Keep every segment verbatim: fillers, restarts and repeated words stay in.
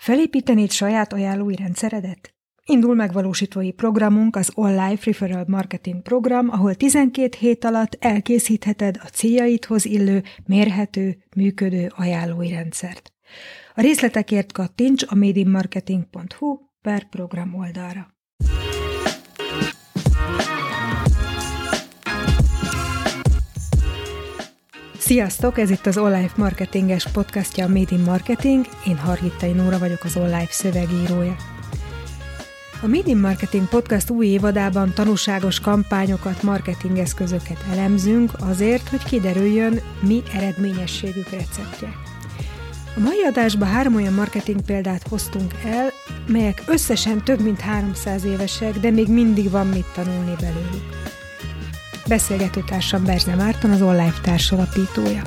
Felépítenéd saját ajánlói rendszeredet? Indul megvalósítói programunk, az All Life Referral Marketing program, ahol tizenkét hét alatt elkészítheted a céljaidhoz illő, mérhető, működő ajánlói rendszert. A részletekért kattints a madeinmarketing pont hu per program oldalra. Sziasztok! Ez itt az All Life marketinges podcastja, a Made in Marketing. Én Hargittai Nóra vagyok, az All Life szövegírója. A Made in Marketing podcast új évadában tanúságos kampányokat, marketingeszközöket elemzünk azért, hogy kiderüljön, mi eredményességük receptje. A mai adásban három olyan marketing példát hoztunk el, melyek összesen több mint háromszáz évesek, de még mindig van mit tanulni belőlük. Beszélgetőtársam Berzse Márton, az All Life társalapítója.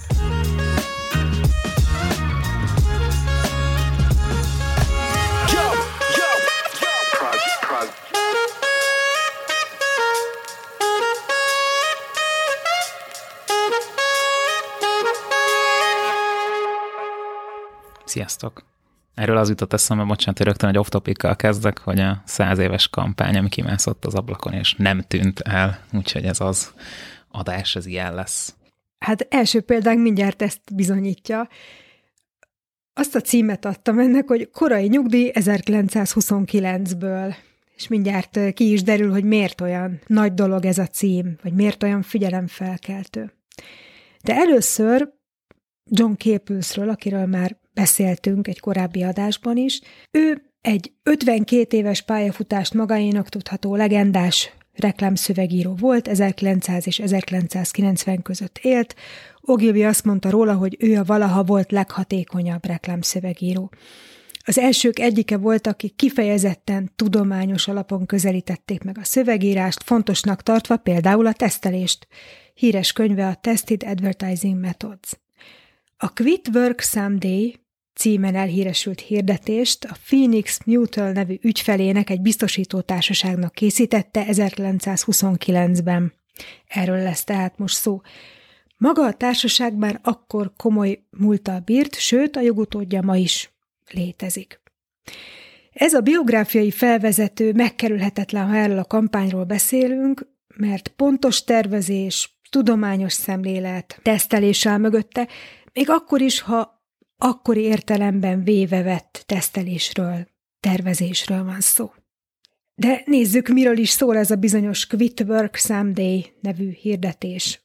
Sziasztok! Erről az jutott eszembe, bocsánat, hogy rögtön egy off-topikkal kezdek, hogy a száz éves kampány, ami kimászott az ablakon, és nem tűnt el, úgyhogy ez az adás, ez ilyen lesz. Hát első példánk mindjárt ezt bizonyítja. Azt a címet adtam ennek, hogy korai nyugdíj ezerkilencszázhuszonkilencből, és mindjárt ki is derül, hogy miért olyan nagy dolog ez a cím, vagy miért olyan figyelemfelkeltő. De először John Capulesről, akiről már beszéltünk egy korábbi adásban is. Ő egy ötvenkét éves pályafutást magáénak tudható legendás reklámszövegíró volt, ezerkilencszáz és ezerkilencszázkilencven között élt. Ogilvy azt mondta róla, hogy ő a valaha volt leghatékonyabb reklámszövegíró. Az elsők egyike volt, akik kifejezetten tudományos alapon közelítették meg a szövegírást, fontosnak tartva például a tesztelést. Híres könyve a Tested Advertising Methods. A Quit Work Someday címen elhíresült hirdetést a Phoenix Mutual nevű ügyfelének egy biztosítótársaságnak készítette ezerkilencszázhuszonkilencben. Erről lesz tehát most szó. Maga a társaság már akkor komoly múlttal bírt, sőt a jogutódja ma is létezik. Ez a biográfiai felvezető megkerülhetetlen, ha erről a kampányról beszélünk, mert pontos tervezés, tudományos szemlélet, tesztelés áll mögötte, még akkor is, ha akkori értelemben véve vett tesztelésről, tervezésről van szó. De nézzük, miről is szól ez a bizonyos Quit Work Someday nevű hirdetés.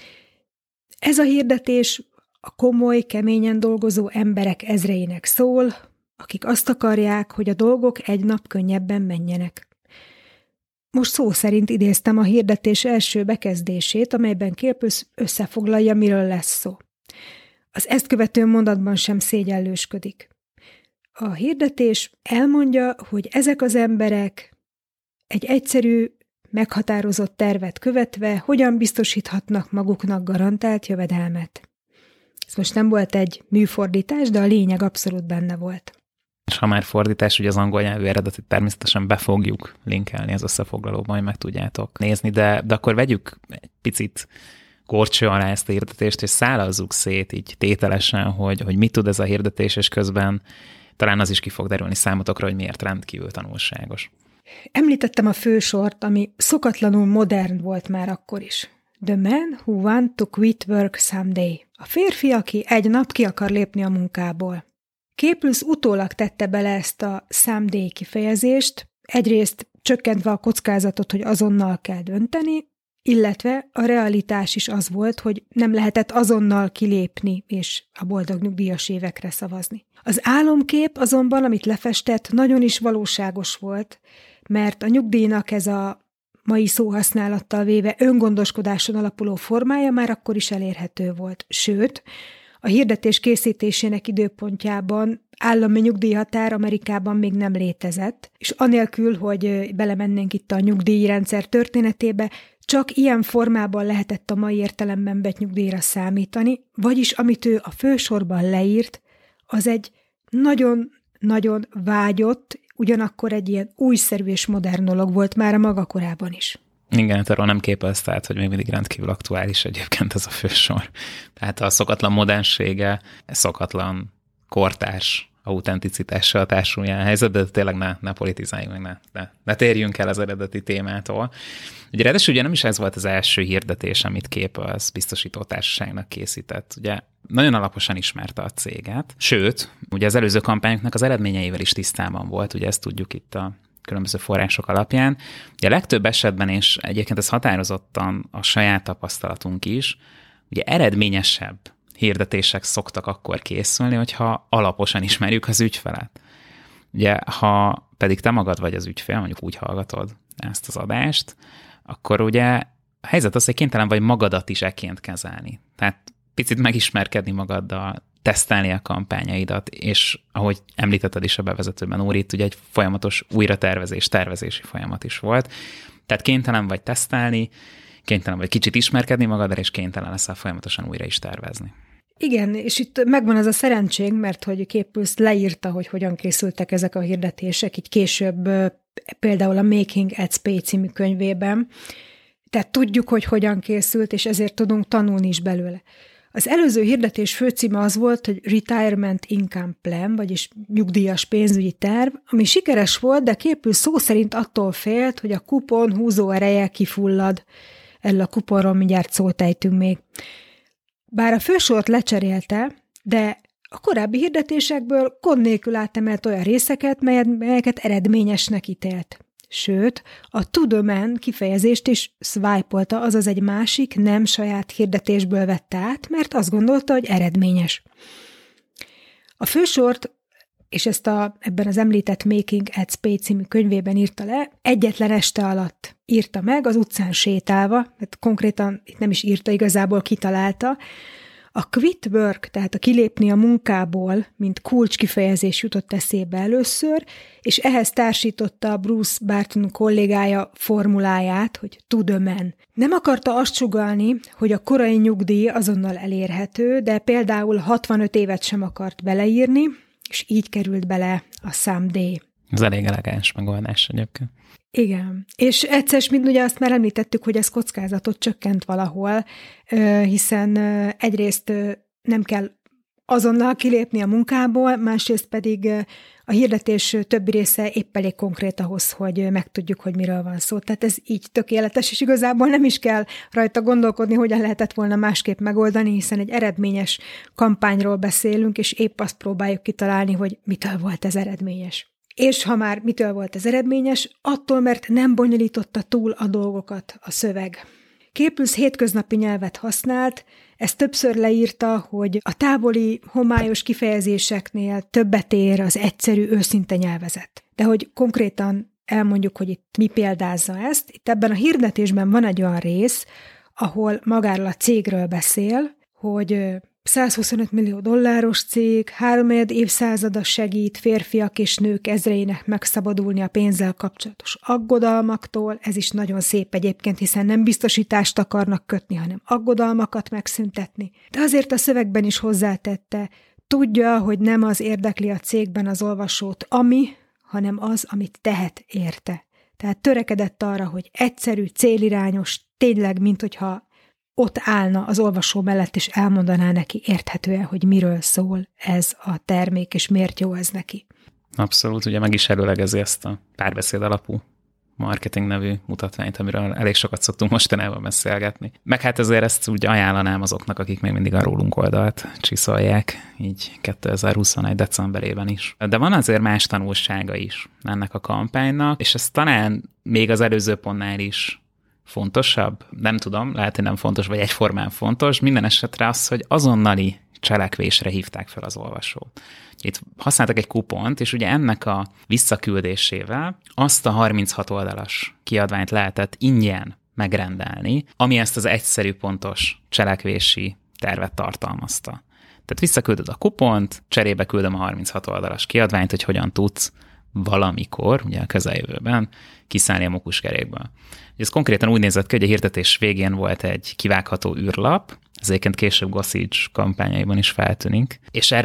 Ez a hirdetés a komoly, keményen dolgozó emberek ezreinek szól, akik azt akarják, hogy a dolgok egy nap könnyebben menjenek. Most szó szerint idéztem a hirdetés első bekezdését, amelyben Capules összefoglalja, miről lesz szó. Az ezt követő mondatban sem szégyellősködik. A hirdetés elmondja, hogy ezek az emberek egy egyszerű, meghatározott tervet követve hogyan biztosíthatnak maguknak garantált jövedelmet. Ez most nem volt egy műfordítás, de a lényeg abszolút benne volt. És ha már fordítás, ugye az angol nyelvű eredetit természetesen be fogjuk linkelni az összefoglalóban, hogy meg tudjátok nézni, de, de akkor vegyük egy picit korcső alá ezt a hirdetést, és szálazzuk szét így tételesen, hogy, hogy mit tud ez a hirdetés, és közben talán az is ki fog derülni számotokra, hogy miért rendkívül tanulságos. Említettem a fősort, ami szokatlanul modern volt már akkor is. The man who want to quit work someday. A férfi, aki egy nap ki akar lépni a munkából. Capules utólag tette bele ezt a someday kifejezést, egyrészt csökkentve a kockázatot, hogy azonnal kell dönteni, illetve a realitás is az volt, hogy nem lehetett azonnal kilépni és a boldog nyugdíjas évekre szavazni. Az álomkép azonban, amit lefestett, nagyon is valóságos volt, mert a nyugdíjnak ez a mai szóhasználattal véve öngondoskodáson alapuló formája már akkor is elérhető volt. Sőt, a hirdetés készítésének időpontjában állami nyugdíjhatár Amerikában még nem létezett, és anélkül, hogy belemennénk itt a nyugdíjrendszer történetébe, csak ilyen formában lehetett a mai értelemben vett nyugdíjra számítani, vagyis amit ő a fősorban leírt, az egy nagyon-nagyon vágyott, ugyanakkor egy ilyen újszerű és modern dolog volt már a maga korában is. Igen, arról nem képez, tehát, hogy még mindig rendkívül aktuális egyébként ez a fősor. Tehát a szokatlan modernsége, szokatlan kortárs autenticitással társulja a helyzet, de tényleg ne, ne politizáljunk, meg ne, ne, ne térjünk el az eredeti témától. Ugye ráadásul ugye nem is ez volt az első hirdetés, amit Keeple az biztosító társaságnak készített. Ugye nagyon alaposan ismerte a céget, sőt, ugye az előző kampányoknak az eredményeivel is tisztában volt, ugye ezt tudjuk itt a különböző források alapján. Ugye a legtöbb esetben, és egyébként ez határozottan a saját tapasztalatunk is, ugye eredményesebb hirdetések szoktak akkor készülni, hogyha alaposan ismerjük az ügyfelet. Ugye, ha pedig te magad vagy az ügyfél, mondjuk úgy hallgatod ezt az adást, akkor ugye a helyzet az, hogy kénytelen vagy magadat is ekként kezelni. Tehát picit megismerkedni magaddal, tesztelni a kampányaidat, és ahogy említetted is a bevezetőben, Úr, itt ugye egy folyamatos újratervezés, tervezési folyamat is volt. Tehát kénytelen vagy tesztelni, kénytelen vagy kicsit ismerkedni magaddal, és kénytelen leszel folyamatosan újra is tervezni. Igen, és itt megvan az a szerencség, mert hogy Keeple leírta, hogy hogyan készültek ezek a hirdetések, így később például a Making Ads Pay című könyvében. Tehát tudjuk, hogy hogyan készült, és ezért tudunk tanulni is belőle. Az előző hirdetés főcíme az volt, hogy Retirement Income Plan, vagyis nyugdíjas pénzügyi terv, ami sikeres volt, de Keeple szó szerint attól félt, hogy a kupon húzó ereje kifullad. Erről a kuponról mindjárt szót ejtünk még. Bár a fősort lecserélte, de a korábbi hirdetésekből gond nélkül átemelt olyan részeket, melyeket eredményesnek ítélt. Sőt, a to the man kifejezést is swipe-olta, azaz egy másik, nem saját hirdetésből vette át, mert azt gondolta, hogy eredményes. A fősort, és ezt a, ebben az említett Making Ads Pay című könyvében írta le, egyetlen este alatt írta meg, az utcán sétálva, mert konkrétan itt nem is írta, igazából kitalálta. A quit work, tehát a kilépni a munkából, mint kulcs kifejezés jutott eszébe először, és ehhez társította a Bruce Barton kollégája formuláját, hogy to the man. Nem akarta azt sugallni, hogy a korai nyugdíj azonnal elérhető, de például hatvanöt évet sem akart beleírni, és így került bele a someday. Ez elég elegáns megoldás egyébként. Igen, és egyszer, mint ugye azt már említettük, hogy ez kockázatot csökkent valahol, hiszen egyrészt nem kell azonnal kilépni a munkából, másrészt pedig a hirdetés többi része épp elég konkrét ahhoz, hogy megtudjuk, hogy miről van szó. Tehát ez így tökéletes, és igazából nem is kell rajta gondolkodni, hogyan lehetett volna másképp megoldani, hiszen egy eredményes kampányról beszélünk, és épp azt próbáljuk kitalálni, hogy mitől volt ez eredményes. És ha már mitől volt ez eredményes, attól, mert nem bonyolította túl a dolgokat a szöveg. Keeple hétköznapi nyelvet használt, ezt többször leírta, hogy a távoli, homályos kifejezéseknél többet ér az egyszerű, őszinte nyelvezet. De hogy konkrétan elmondjuk, hogy itt mi példázza ezt, itt ebben a hirdetésben van egy olyan rész, ahol magáról a cégről beszél, hogy százhuszonöt millió dolláros cég, háromnegyed évszázada segít férfiak és nők ezreinek megszabadulni a pénzzel kapcsolatos aggodalmaktól. Ez is nagyon szép egyébként, hiszen nem biztosítást akarnak kötni, hanem aggodalmakat megszüntetni. De azért a szövegben is hozzátette, tudja, hogy nem az érdekli a cégben az olvasót, ami, hanem az, amit tehet érte. Tehát törekedett arra, hogy egyszerű, célirányos, tényleg, mint hogyha ott állna az olvasó mellett, és elmondaná neki érthetően, hogy miről szól ez a termék, és miért jó ez neki. Abszolút, ugye meg is előlegezi ezt a párbeszéd alapú marketing nevű mutatványt, amiről elég sokat szoktunk mostanában beszélgetni. Meg hát ezért ezt úgy ajánlanám azoknak, akik még mindig a rólunk oldalt csiszolják, így kétezer-huszonegy decemberében is. De van azért más tanulsága is ennek a kampánynak, és ez talán még az előző pontnál is fontosabb, nem tudom, lehet, hogy nem fontos, vagy egyformán fontos, minden esetre az, hogy azonnali cselekvésre hívták fel az olvasót. Itt használtak egy kupont, és ugye ennek a visszaküldésével azt a harminchat oldalas kiadványt lehetett ingyen megrendelni, ami ezt az egyszerű, pontos cselekvési tervet tartalmazta. Tehát visszaküldöd a kupont, cserébe küldöm a harminchat oldalas kiadványt, hogy hogyan tudsz valamikor, ugye a közeljövőben kiszállni a mókuskerékből. Ez konkrétan úgy nézett ki, hogy a hirdetés végén volt egy kivágható űrlap, ez egyébként később Gossage kampányaiban is feltűnik, és erre az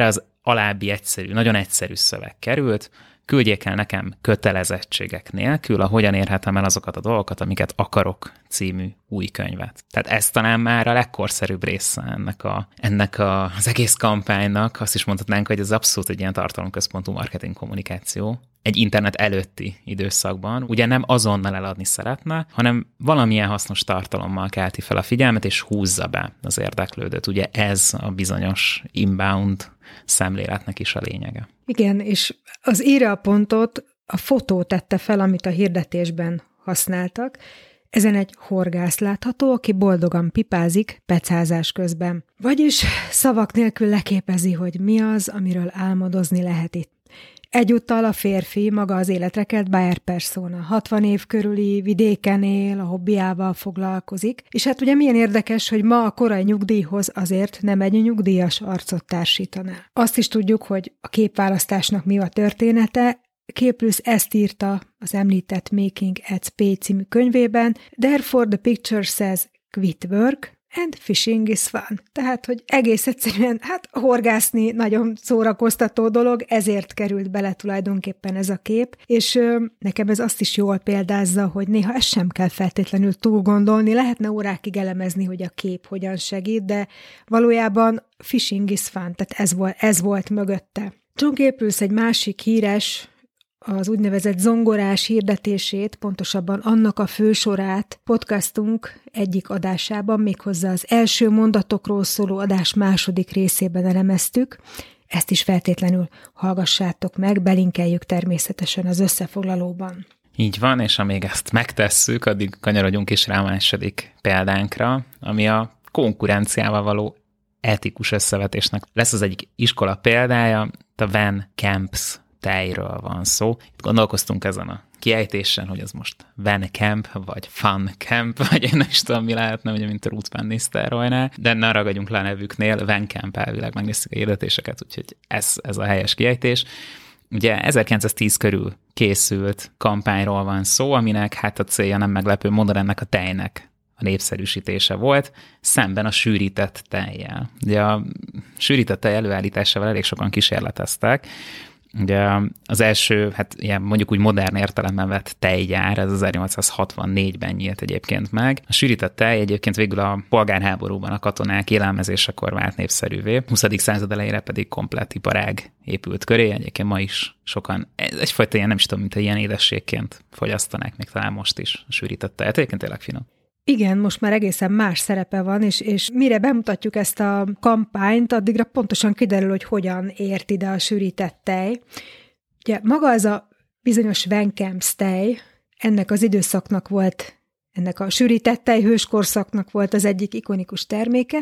alábbi egyszerű, nagyon egyszerű szöveg került, küldjék el nekem kötelezettségek nélkül, a Hogyan érhetem el azokat a dolgokat, amiket akarok című új könyvet. Tehát ez talán már a legkorszerűbb része ennek, a, ennek a, az egész kampánynak. Azt is mondhatnánk, hogy ez abszolút egy ilyen tartalomközpontú marketing kommunikáció egy internet előtti időszakban. Ugye nem azonnal eladni szeretne, hanem valamilyen hasznos tartalommal kelti fel a figyelmet, és húzza be az érdeklődőt. Ugye ez a bizonyos inbound szemléletnek is a lényege. Igen, és az írja a pontot a fotó tette fel, amit a hirdetésben használtak. Ezen egy horgász látható, aki boldogan pipázik pecázás közben. Vagyis szavak nélkül leképezi, hogy mi az, amiről álmodozni lehet itt. Egyúttal a férfi maga az életre kelt buyer persona. hatvan év körüli, vidéken él, a hobbiával foglalkozik. És hát ugye milyen érdekes, hogy ma a korai nyugdíjhoz azért nem egy nyugdíjas arcot társítaná. Azt is tudjuk, hogy a képválasztásnak mi a története. Képlusz ezt írta az említett Making Ads Pay című könyvében. Therefore the picture says quit work and fishing is fun. Tehát, hogy egész egyszerűen, hát horgászni nagyon szórakoztató dolog, ezért került bele tulajdonképpen ez a kép, és ö, nekem ez azt is jól példázza, hogy néha ezt sem kell feltétlenül túl gondolni, lehetne órákig elemezni, hogy a kép hogyan segít, de valójában fishing is fun, tehát ez volt, ez volt mögötte. John Caples egy másik híres, az úgynevezett zongorás hirdetését, pontosabban annak a fősorát podcastunk egyik adásában, méghozzá az első mondatokról szóló adás második részében elemeztük. Ezt is feltétlenül hallgassátok meg, belinkeljük természetesen az összefoglalóban. Így van, és amíg ezt megtesszük, addig kanyarodjunk is rá a második példánkra, ami a konkurenciával való etikus összevetésnek lesz az egyik iskola példája, a Van Camps tejről van szó. Itt gondolkoztunk ezen a kiejtésen, hogy ez most Van Camp, vagy Fun Camp, vagy én nem is tudom, mi lehetne, ugye, mint a Ruth Van Nistelrooynál, de ne ragadjunk le a nevüknél, Van Camp elvileg megnéztük a hirdetéseket, úgyhogy ez, ez a helyes kiejtés. Ugye ezerkilencszáztíz körül készült kampányról van szó, aminek hát a célja nem meglepő módon ennek a tejnek a népszerűsítése volt, szemben a sűrített tejjel. Ugye a sűrített tej előállításával elég sokan kísérleteztek. Ugye az első, hát ilyen mondjuk úgy modern értelemben vett tejgyár, ez ezernyolcszázhatvannégyben nyílt egyébként meg. A sűrített tej egyébként végül a polgárháborúban a katonák élelmezésekor vált népszerűvé. huszadik század elejére pedig komplett iparág épült köré, egyébként ma is sokan, ez egyfajta ilyen, nem is tudom, mint ilyen édességként fogyasztanák, még talán most is a sűrített tejet. Egyébként tényleg finom. Igen, most már egészen más szerepe van, és, és mire bemutatjuk ezt a kampányt, addigra pontosan kiderül, hogy hogyan ért ide a sűrített tej. Ugye maga az a bizonyos Van Camps tej, ennek az időszaknak volt, ennek a sűrített tej hőskorszaknak volt az egyik ikonikus terméke.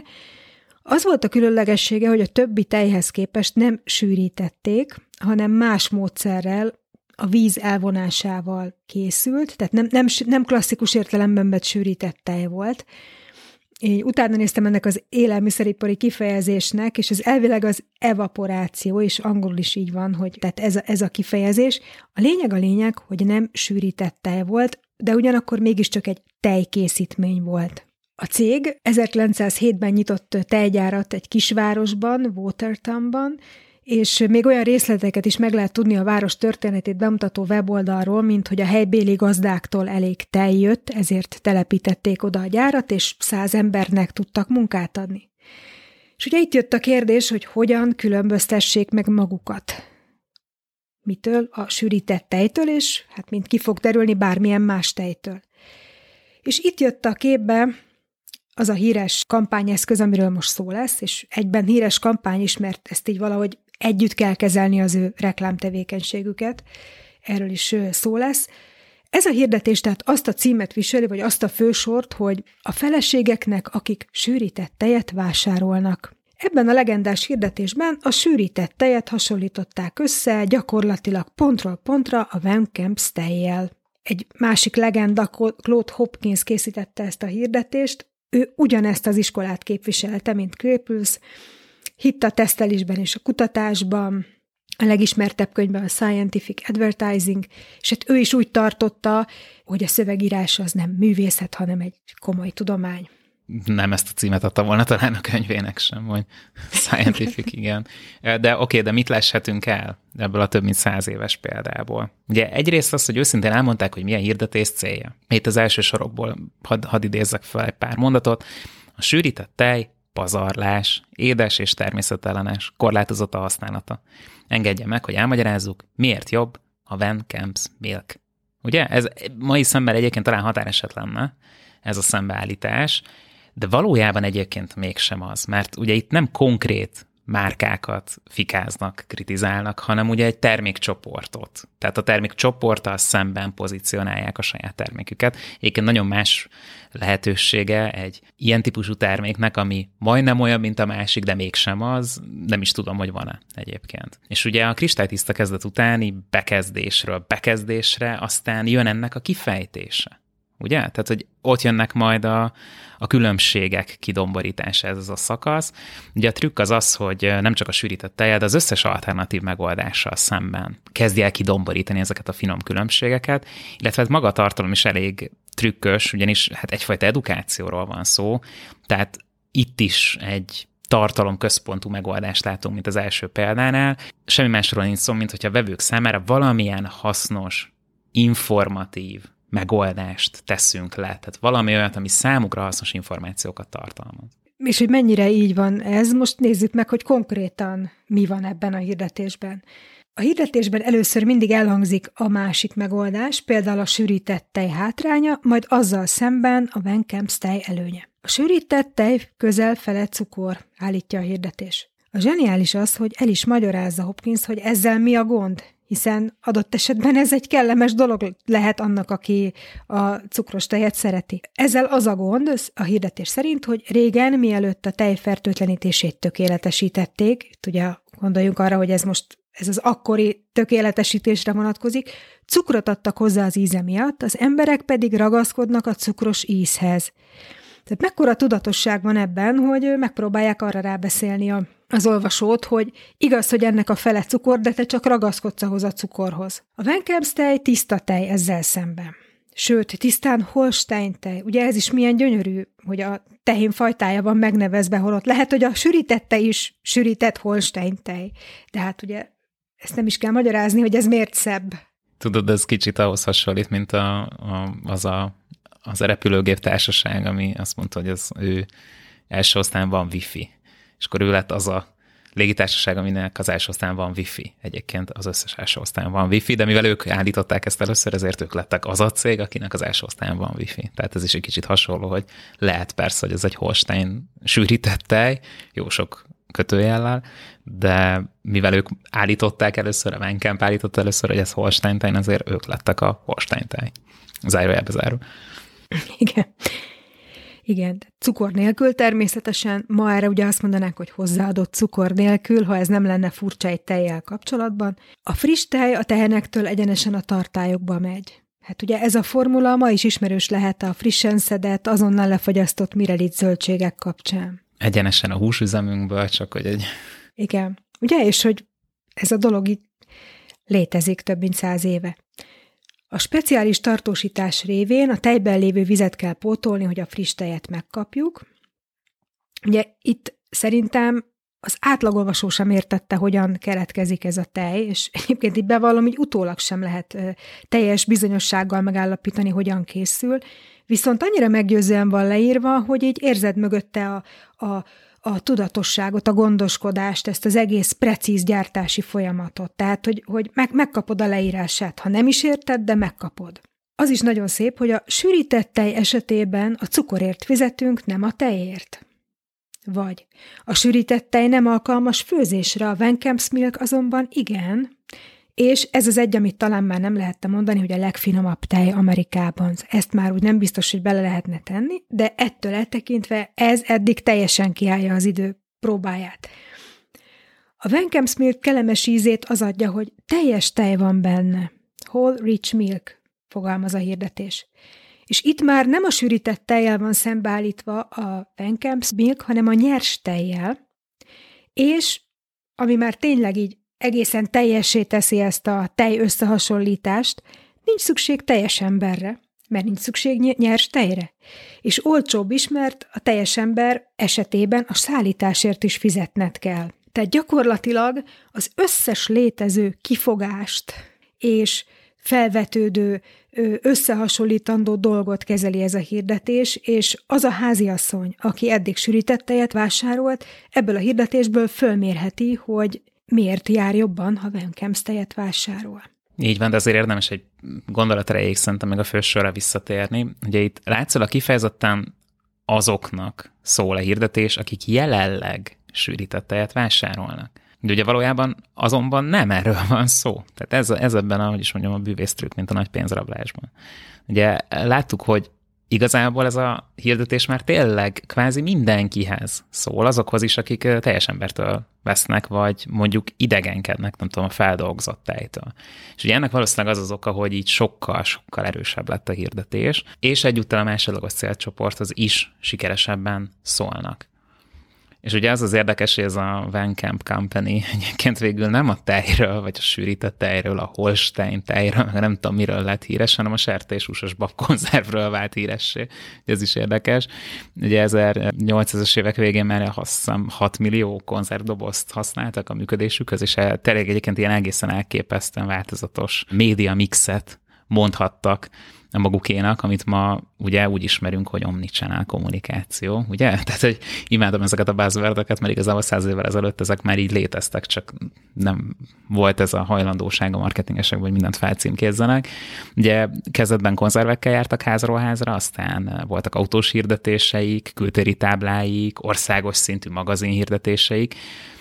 Az volt a különlegessége, hogy a többi tejhez képest nem sűrítették, hanem más módszerrel, a víz elvonásával készült, tehát nem, nem, nem klasszikus értelemben vett sűrített tej volt. Én utána néztem ennek az élelmiszeripari kifejezésnek, és ez elvileg az evaporáció, és angolul is így van, hogy tehát ez a, ez a kifejezés. A lényeg a lényeg, hogy nem sűrített tej volt, de ugyanakkor mégiscsak egy tejkészítmény volt. A cég ezerkilencszázhétben nyitott tejgyárat egy kisvárosban, Watertownban, és még olyan részleteket is meg lehet tudni a város történetét bemutató weboldalról, mint hogy a helybéli gazdáktól elég tej jött, ezért telepítették oda a gyárat, és száz embernek tudtak munkát adni. És ugye itt jött a kérdés, hogy hogyan különböztessék meg magukat. Mitől? A sűrített tejtől, és hát mint ki fog derülni, bármilyen más tejtől. És itt jött a képbe az a híres kampányeszköz, amiről most szó lesz, és egyben híres kampány is, mert ezt így valahogy együtt kell kezelni az ő reklámtevékenységüket, erről is szó lesz. Ez a hirdetés tehát azt a címet viseli, vagy azt a fősort, hogy a feleségeknek, akik sűrített tejet vásárolnak. Ebben a legendás hirdetésben a sűrített tejet hasonlították össze gyakorlatilag pontról pontra a Van Camps tejjel. Egy másik legenda, Claude Hopkins készítette ezt a hirdetést, ő ugyanezt az iskolát képviselte, mint Caples, hitt a tesztelésben és a kutatásban, a legismertebb könyvben a Scientific Advertising, és hát ő is úgy tartotta, hogy a szövegírás az nem művészet, hanem egy komoly tudomány. nem ezt a címet adta volna talán a könyvének sem, vagy scientific, igen. De oké, okay, de mit leshetünk el ebből a több mint száz éves példából? Ugye egyrészt az, hogy őszintén elmondták, hogy milyen hirdetés célja. Itt az első sorokból hadd had idézzek fel egy pár mondatot. A sűrített tej, pazarlás, édes és természetellenes, korlátozott a használata. Engedje meg, hogy elmagyarázzuk, miért jobb a Van Kemp's Milk. Ugye? Ez mai szemmel egyébként talán határeset lenne, ez a szembeállítás, de valójában egyébként mégsem az, mert ugye itt nem konkrét márkákat fikáznak, kritizálnak, hanem ugye egy termékcsoportot. Tehát a termékcsoporttal szemben pozícionálják a saját terméküket. Egyébként nagyon más lehetősége egy ilyen típusú terméknek, ami majdnem olyan, mint a másik, de mégsem az, nem is tudom, hogy van-e egyébként. És ugye a kristálytiszta kezdet utáni bekezdésről bekezdésre aztán jön ennek a kifejtése. Ugye? Tehát, hogy ott jönnek majd a, a különbségek kidomborítása, ez az a szakasz. Ugye a trükk az az, hogy nem csak a sűrített tejjel, de az összes alternatív megoldással szemben kezdj el kidomborítani ezeket a finom különbségeket, illetve hát maga a tartalom is elég trükkös, ugyanis hát egyfajta edukációról van szó, tehát itt is egy tartalomközpontú megoldást látunk, mint az első példánál. Semmi másról nincs szó, mint hogyha a vevők számára valamilyen hasznos, informatív megoldást teszünk le. Tehát valami olyat, ami számukra hasznos információkat tartalmaz. És hogy mennyire így van ez, most nézzük meg, hogy konkrétan mi van ebben a hirdetésben. A hirdetésben először mindig elhangzik a másik megoldás, például a sűrített tej hátránya, majd azzal szemben a Van Kemp's tej előnye. A sűrített tej közel fele cukor, állítja a hirdetés. A zseniális az, hogy el is magyarázza Hopkins, hogy ezzel mi a gond, hiszen adott esetben ez egy kellemes dolog lehet annak, aki a cukros tejet szereti. Ezzel az a gond, a hirdetés szerint, hogy régen, mielőtt a tej fertőtlenítését tökéletesítették, itt ugye gondoljunk arra, hogy ez most ez az akkori tökéletesítésre vonatkozik, cukrot adtak hozzá az íze miatt, az emberek pedig ragaszkodnak a cukros ízhez. Tehát mekkora tudatosság van ebben, hogy megpróbálják arra rábeszélni a, az olvasót, hogy igaz, hogy ennek a fele cukor, de te csak ragaszkodsz ahhoz a cukorhoz. A Van Kemp's tej tiszta tej ezzel szemben. Sőt, tisztán Holstein tej. Ugye ez is milyen gyönyörű, hogy a tehén fajtája van megnevezve, holott lehet, hogy a sűrített tej is sűrített Holstein tej. De hát ugye ezt nem is kell magyarázni, hogy ez miért szebb. Tudod, ez kicsit ahhoz hasonlít, mint a, a, az a az a repülőgép társaság, ami azt mondta, hogy az ő első osztályon van wifi. És akkor ő lett az a légitársaság, aminek az első osztályon van wifi. Egyébként az összes első osztályon van wifi, de mivel ők állították ezt először, ezért ők lettek az a cég, akinek az első osztályon van wifi. Tehát ez is egy kicsit hasonló, hogy lehet persze, hogy ez egy Holstein sűrített tej, jó sok kötőjellel, de mivel ők állították először, a Van Kemp állította először, hogy ez Holstein tej, azért ők lettek a Holstein tej. Zárójelbe záró. Igen. Igen, cukor nélkül természetesen. Ma erre ugye azt mondanánk, hogy hozzáadott cukor nélkül, ha ez nem lenne furcsa egy tejjel kapcsolatban. A friss tej a tehenektől egyenesen a tartályokba megy. Hát ugye ez a formula ma is ismerős lehet a frissen szedett, azonnal lefagyasztott mirelit zöldségek kapcsán. Egyenesen a húsüzemünkből, csak hogy egy... Igen. Ugye, és hogy ez a dolog itt létezik több mint száz éve. A speciális tartósítás révén a tejben lévő vizet kell pótolni, hogy a friss tejet megkapjuk. Ugye itt szerintem az átlagolvasó sem értette, hogyan keletkezik ez a tej, és egyébként itt bevallom, hogy utólag sem lehet teljes bizonyossággal megállapítani, hogyan készül, viszont annyira meggyőzően van leírva, hogy így érzed mögötte a, a, a tudatosságot, a gondoskodást, ezt az egész precíz gyártási folyamatot. Tehát, hogy, hogy meg, megkapod a leírását, ha nem is érted, de megkapod. Az is nagyon szép, hogy a sűrített tej esetében a cukorért fizetünk, nem a tejért. Vagy a sűrített tej nem alkalmas főzésre, a Van Kemp's Milk azonban igen, és ez az egy, amit talán már nem lehetne mondani, hogy a legfinomabb tej Amerikában. Ezt már úgy nem biztos, hogy bele lehetne tenni, de ettől eltekintve ez eddig teljesen kiállja az idő próbáját. A Van Kemp's Milk kellemes ízét az adja, hogy teljes tej van benne. Whole rich milk, fogalmaz a hirdetés. És itt már nem a sűrített tejjel van szembeállítva a Van Kemp's Milk, hanem a nyers tejjel, és ami már tényleg így egészen teljessé teszi ezt a tej összehasonlítást, nincs szükség teljes emberre. mert nincs szükség nyers tejre. És olcsóbb is, mert a teljes ember esetében a szállításért is fizetned kell. Tehát gyakorlatilag az összes létező kifogást és felvetődő, összehasonlítandó dolgot kezeli ez a hirdetés, és az a háziasszony, aki eddig sűrített tejet vásárolt, ebből a hirdetésből fölmérheti, hogy miért jár jobban, ha Venkam's tejet vásárol. Így van, de azért érdemes egy gondolat erejéig szerintem meg a fősorra visszatérni. Ugye itt látszólag kifejezetten azoknak szól a hirdetés, akik jelenleg sűrített tejet vásárolnak. De ugye valójában azonban nem erről van szó. Tehát ez, ez ebben, ahogy is mondjam, a bűvésztrükk, mint a nagy pénzrablásban. Ugye láttuk, hogy igazából ez a hirdetés már tényleg kvázi mindenkihez szól, azokhoz is, akik teljes embertől vesznek, vagy mondjuk idegenkednek, nem tudom, a feldolgozott tejtől. És ugye ennek valószínűleg az az oka, hogy így sokkal-sokkal erősebb lett a hirdetés, és egyúttal a másodlagos célcsoporthoz is sikeresebben szólnak. És ugye az az érdekes, hogy ez a Venkamp Company egyébként végül nem a tejről, vagy a sűrített tejről, a Holstein tejről, meg nem tudom miről lett híres, hanem a sertéshúsos babkonzervről vált híressé. Ez is érdekes. Ugye ezernyolcszázas évek végén már hasszam hat millió konzervdobozt használtak a működésükhöz, és tényleg egyébként ilyen egészen elképesztően változatos média mixet mondhattak magukénak, amit ma ugye úgy ismerünk, hogy omnichannel kommunikáció, ugye? Tehát, hogy imádom ezeket a buzzwordeket, mert igazából száz évvel ezelőtt ezek már így léteztek, csak nem volt ez a hajlandóság a marketingesek, hogy mindent felcímkézzenek. Ugye kezdetben konzervekkel jártak házról házra, aztán voltak autós hirdetéseik, kültéri tábláik, országos szintű magazin hirdetéseik,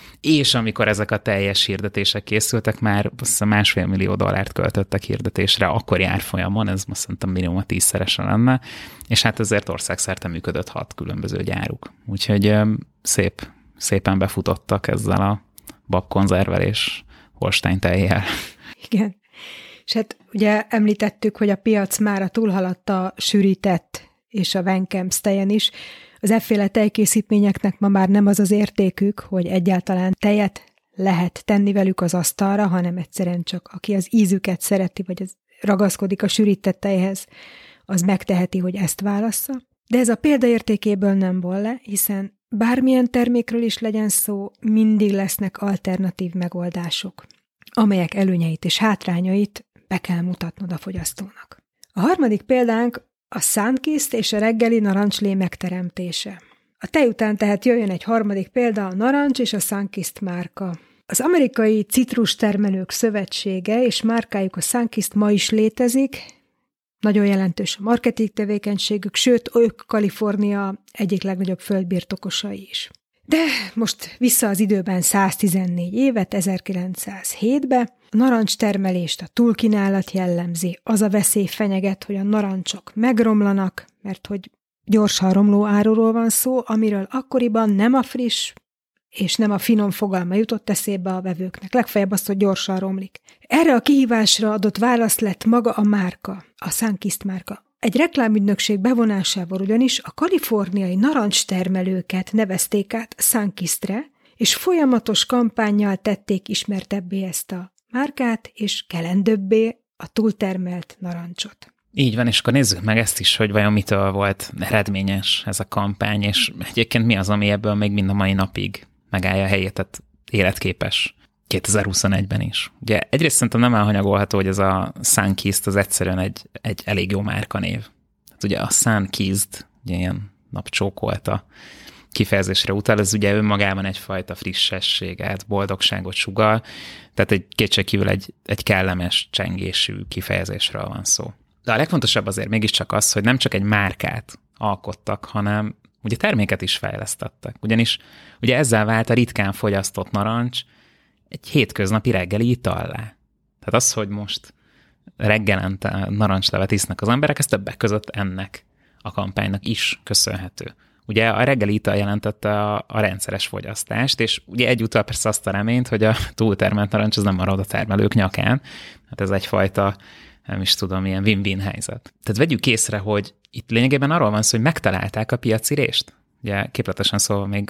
és amikor ezek a teljes hirdetések készültek, már másfél millió dollárt költöttek hirdetésre, akkori árfolyamon, ez most szerintem minimum a tízszeresen lenne, és hát ezért országszerte működött hat különböző gyáruk. Úgyhogy szép, szépen befutottak ezzel a babkonzervvel és Holstein tejjel. Igen. És hát ugye említettük, hogy a piac mára túlhaladt a sűrített és a Venkam's tejen is. Az efféle tejkészítményeknek ma már nem az az értékük, hogy egyáltalán tejet lehet tenni velük az asztalra, hanem egyszerűen csak aki az ízüket szereti, vagy az ragaszkodik a sűrített tejhez, az megteheti, hogy ezt válassza. De ez a példaértékéből nem vol le, hiszen bármilyen termékről is legyen szó, mindig lesznek alternatív megoldások, amelyek előnyeit és hátrányait be kell mutatnod a fogyasztónak. A harmadik példánk a Sunkist és a reggeli narancslé megteremtése. A tej után tehát jöjjön egy harmadik példa, a narancs és a Sunkist márka. Az Amerikai Citrustermelők Szövetsége és márkájuk a Sunkist ma is létezik, nagyon jelentős a marketing tevékenységük, sőt, ők Kalifornia egyik legnagyobb földbirtokosai is. De most vissza az időben száztizennégy évet, ezerkilencszázhétbe, a narancstermelést a túlkínálat jellemzi, az a veszély fenyeget, hogy a narancsok megromlanak, mert hogy gyorsan romló áruról van szó, amiről akkoriban nem a friss és nem a finom fogalma jutott eszébe a vevőknek, legfeljebb azt, hogy gyorsan romlik. Erre a kihívásra adott válasz lett maga a márka, a Sunkist márka. Egy reklámügynökség bevonásával ugyanis a kaliforniai narancstermelőket nevezték át Sunkistre, és folyamatos kampánnyal tették ismertebbé ezt a márkát, és kelendőbbé a túltermelt narancsot. Így van, és akkor nézzük meg ezt is, hogy vajon mitől volt eredményes ez a kampány, és egyébként mi az, ami ebből még mind a mai napig megállja a helyét, tehát életképes kétezer-huszonegyben is. Ugye egyrészt szerintem nem elhanyagolható, hogy ez a Sunkist az egyszerűen egy, egy elég jó márkanév. Hát ugye a Sunkist, ugye ilyen napcsókolta kifejezésre utal, ez ugye önmagában egyfajta frissességet, boldogságot sugall, tehát egy kétségkívül egy, egy kellemes csengésű kifejezésről van szó. De a legfontosabb azért mégiscsak az, hogy nem csak egy márkát alkottak, hanem ugye terméket is fejlesztettek. Ugyanis ugye ezzel vált a ritkán fogyasztott narancs egy hétköznapi reggeli itallá. Tehát az, hogy most reggelente narancslevet isznak az emberek, ez többek között ennek a kampánynak is köszönhető. Ugye a reggeli ital jelentette a, a rendszeres fogyasztást, és ugye egyúttal persze azt a reményt, hogy a túltermelt narancs az nem marad a termelők nyakán. Hát ez egyfajta, nem is tudom, ilyen win-win helyzet. Tehát vegyük észre, hogy itt lényegében arról van szó, hogy megtalálták a piaci rést. Ugye képletesen szólva még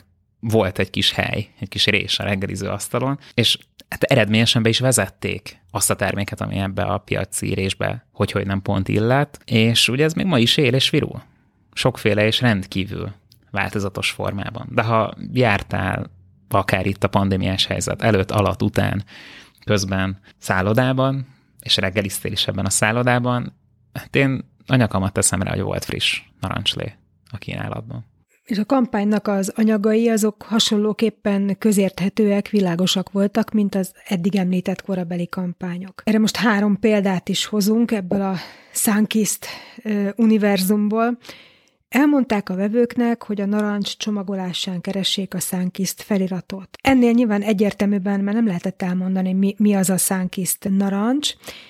volt egy kis hely, egy kis rés a reggeliző asztalon, és hát eredményesen be is vezették azt a terméket, ami ebbe a piaci résbe hogy-hogy nem pont illet, és ugye ez még ma is él és virul. Sokféle és rendkívül változatos formában. De ha jártál akár itt a pandémiás helyzet előtt, alatt, után, közben szállodában, és reggeliztél is ebben a szállodában, hát én a nyakamat teszem rá, hogy volt friss narancslé a kínálatban. És a kampánynak az anyagai azok hasonlóképpen közérthetőek, világosak voltak, mint az eddig említett korabeli kampányok. Erre most három példát is hozunk ebből a Sunkist univerzumból. Elmondták a vevőknek, hogy a narancs csomagolásán keressék a Sunkist feliratot. Ennél nyilván egyértelműben, mert nem lehetett elmondani, mi, mi az a Sunkist narancs,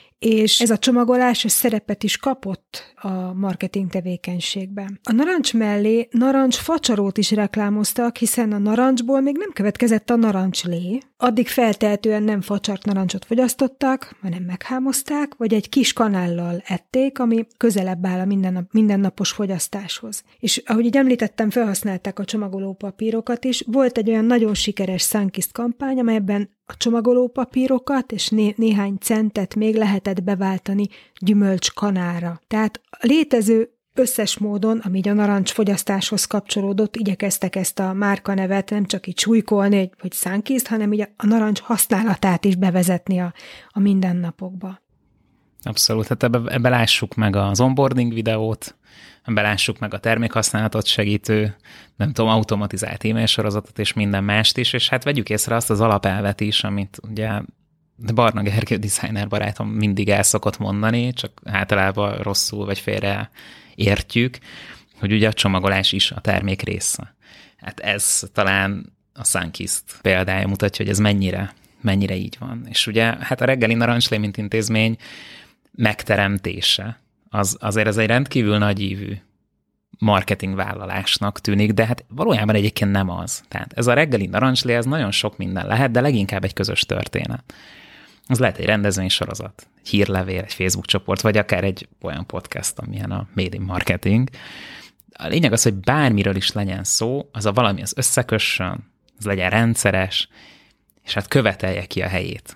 és ez a csomagolás szerepet is kapott a marketing tevékenységben. A narancs mellé narancs facsarót is reklámoztak, hiszen a narancsból még nem következett a narancslé. Addig feltehetően nem facsart narancsot fogyasztottak, hanem meghámozták, vagy egy kis kanállal ették, ami közelebb áll a minden, mindennapos fogyasztáshoz. És ahogy így említettem, felhasználták a csomagolópapírokat is. Volt egy olyan nagyon sikeres Sunkist kampány, amelyben a csomagolópapírokat és né- néhány centet még lehetett beváltani gyümölcskanára. Tehát a létező összes módon, ami így a narancs fogyasztáshoz kapcsolódott, igyekeztek ezt a márkanevet nem csak így súlykolni, hogy Sunkist, hanem így a narancs használatát is bevezetni a, a mindennapokba. Abszolút, hát ebbe, ebbe lássuk meg az onboarding videót, ebbe lássuk meg a termékhasználatot segítő, nem tudom, automatizált e-mail sorozatot és minden mást is, és hát vegyük észre azt az alapelvet is, amit ugye Barna Gergő designer barátom mindig el szokott mondani, csak általában rosszul vagy félre értjük, hogy ugye a csomagolás is a termék része. Hát ez talán a Sunkist példája mutatja, hogy ez mennyire, mennyire így van. És ugye hát a reggeli narancslé, mint intézmény megteremtése, az, azért ez egy rendkívül nagyívű marketingvállalásnak tűnik, de hát valójában egyébként nem az. Tehát ez a reggeli narancslé, ez nagyon sok minden lehet, de leginkább egy közös történet. Az lehet egy rendezvénysorozat, egy hírlevél, egy Facebook csoport, vagy akár egy olyan podcast, amilyen a Made in Marketing. A lényeg az, hogy bármiről is legyen szó, az a valami az összekössön, az legyen rendszeres, és hát követelje ki a helyét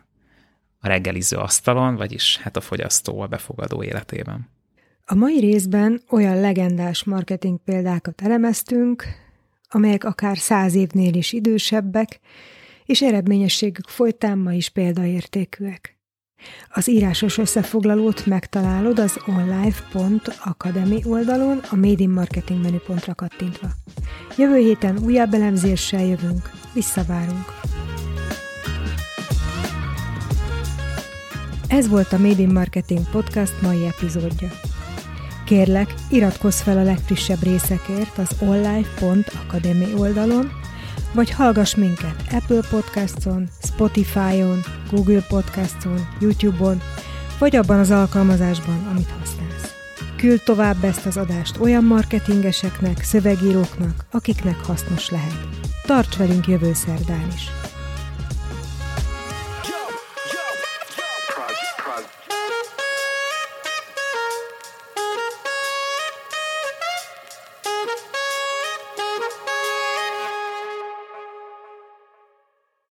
a reggeliző asztalon, vagyis hát a fogyasztó, a befogadó életében. A mai részben olyan legendás marketing példákat elemeztünk, amelyek akár száz évnél is idősebbek, és eredményességük folytán ma is példaértékűek. Az írásos összefoglalót megtalálod az onlife pont academy oldalon a Made in Marketing menüpontra kattintva. Jövő héten újabb elemzéssel jövünk, visszavárunk. Ez volt a Made in Marketing Podcast mai epizódja. Kérlek, iratkozz fel a legfrissebb részekért az onlife pont academy oldalon, vagy hallgass minket Apple Podcaston, Spotify-on, Google Podcaston, YouTube-on, vagy abban az alkalmazásban, amit használsz. Küld tovább ezt az adást olyan marketingeseknek, szövegíróknak, akiknek hasznos lehet. Tarts velünk jövő szerdán is!